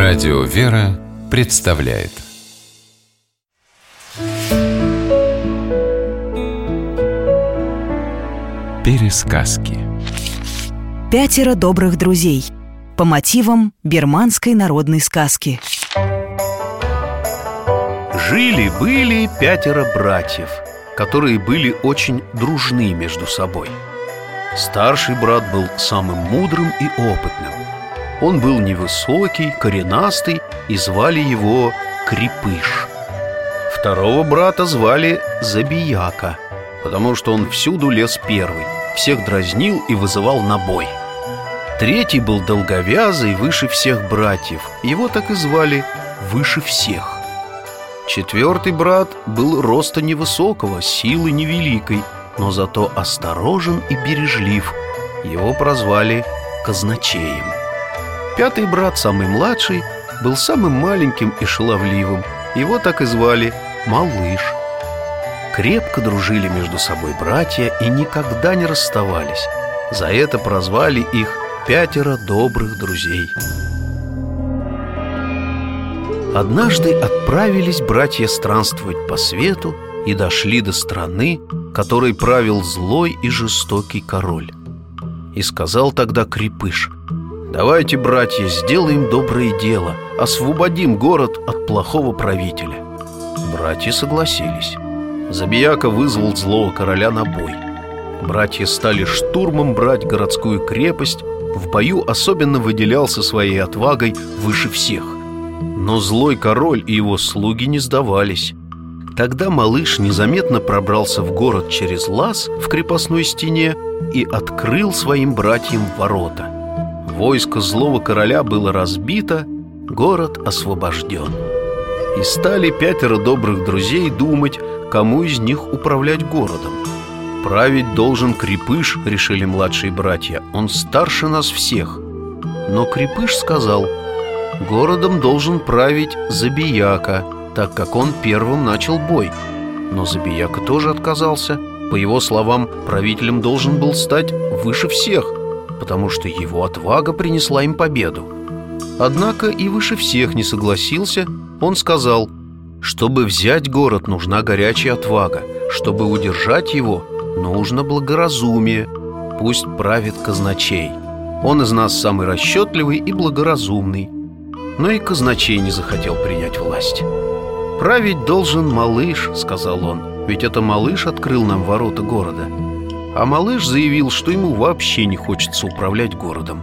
Радио «Вера» представляет Пересказки. «Пятеро добрых друзей» по мотивам бирманской народной сказки. Жили-были 5 братьев, которые были очень дружны между собой. Старший брат был самым мудрым и опытным. Он был невысокий, коренастый, и звали его Крепыш. Второго брата звали Забияка, потому что он всюду лез первый, всех дразнил и вызывал на бой. Третий был долговязый, выше всех братьев. Его так и звали Выше всех. Четвертый брат был роста невысокого, силы невеликой, но зато осторожен и бережлив. Его прозвали Казначеем. Пятый брат, самый младший, был самым маленьким и шаловливым. Его так и звали Малыш. Крепко дружили между собой братья и никогда не расставались. За это прозвали их 5 добрых друзей. Однажды отправились братья странствовать по свету и дошли до страны, которой правил злой и жестокий король. И сказал тогда Крепыш: «Давайте, братья, сделаем доброе дело, освободим город от плохого правителя». Братья согласились. Забияка вызвал злого короля на бой. Братья стали штурмом брать городскую крепость. В бою особенно выделялся своей отвагой Выше всех. Но злой король и его слуги не сдавались. Тогда Малыш незаметно пробрался в город через лаз в крепостной стене и открыл своим братьям ворота. Войско злого короля было разбито, город освобожден. И стали 5 добрых друзей думать, кому из них управлять городом. «Править должен Крепыш», — решили младшие братья, — «он старше нас всех». Но Крепыш сказал: «Городом должен править Забияка, так как он первым начал бой». Но Забияка тоже отказался. По его словам, правителем должен был стать Выше всех, потому что его отвага принесла им победу. Однако и Выше всех не согласился. Он сказал: «Чтобы взять город, нужна горячая отвага. Чтобы удержать его, нужно благоразумие. Пусть правит Казначей. Он из нас самый расчетливый и благоразумный». Но и Казначей не захотел принять власть. «Править должен Малыш», — сказал он, — «ведь это Малыш открыл нам ворота города». А Малыш заявил, что ему вообще не хочется управлять городом.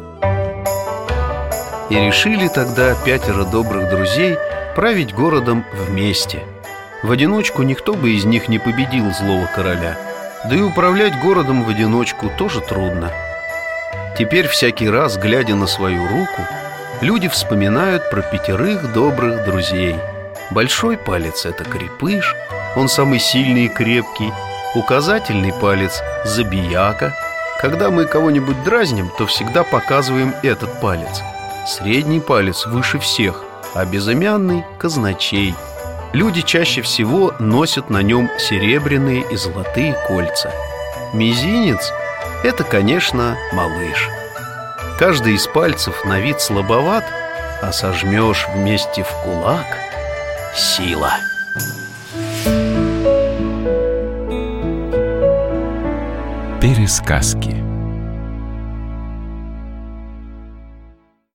И решили тогда 5 добрых друзей править городом вместе. В одиночку никто бы из них не победил злого короля. Да и управлять городом в одиночку тоже трудно. Теперь всякий раз, глядя на свою руку, люди вспоминают про 5 добрых друзей. Большой палец — это Крепыш, он самый сильный и крепкий. Указательный палец — Забияка. Когда мы кого-нибудь дразним, то всегда показываем этот палец. Средний палец Выше всех, а безымянный — Казначей. Люди чаще всего носят на нем серебряные и золотые кольца. Мизинец — это, конечно, Малыш. Каждый из пальцев на вид слабоват, а сожмешь вместе в кулак — сила. Пересказки.